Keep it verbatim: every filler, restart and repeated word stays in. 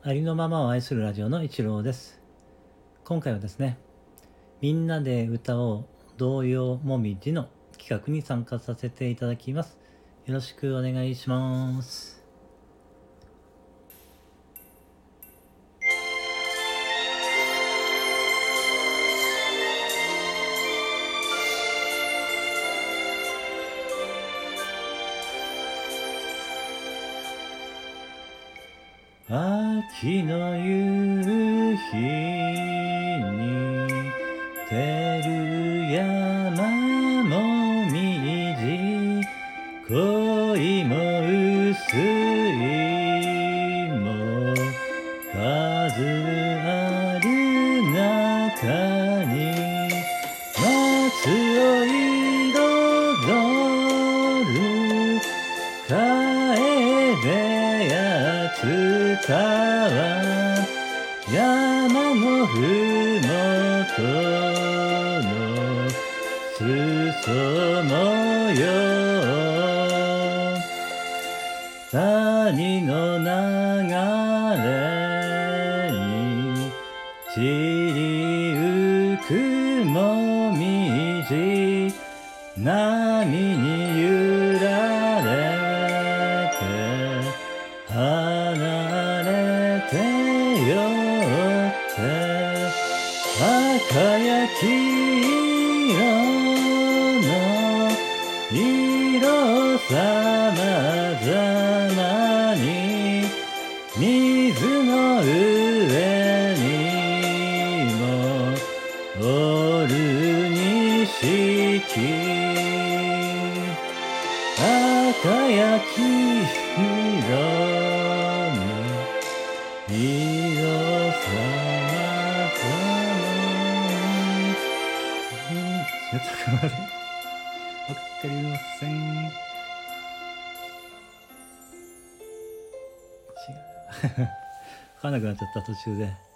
ありのままを愛するラジオの一郎です。今回はですね、みんなで歌おう童謡もみじの企画に参加させていただきます。よろしくお願いします。秋の夕日に照る山もみじ、恋も薄いも数ある中に夏を彩る楓やツタは山のふもとの裾模様、谷の流れに散りゆくもみじ、波に揺られて離れてよって輝き色の色さまざまに水の上にもおる錦、輝き色の色さまざまに、ちょっと待って、わかりません。違うわかんなくなっちゃった途中で。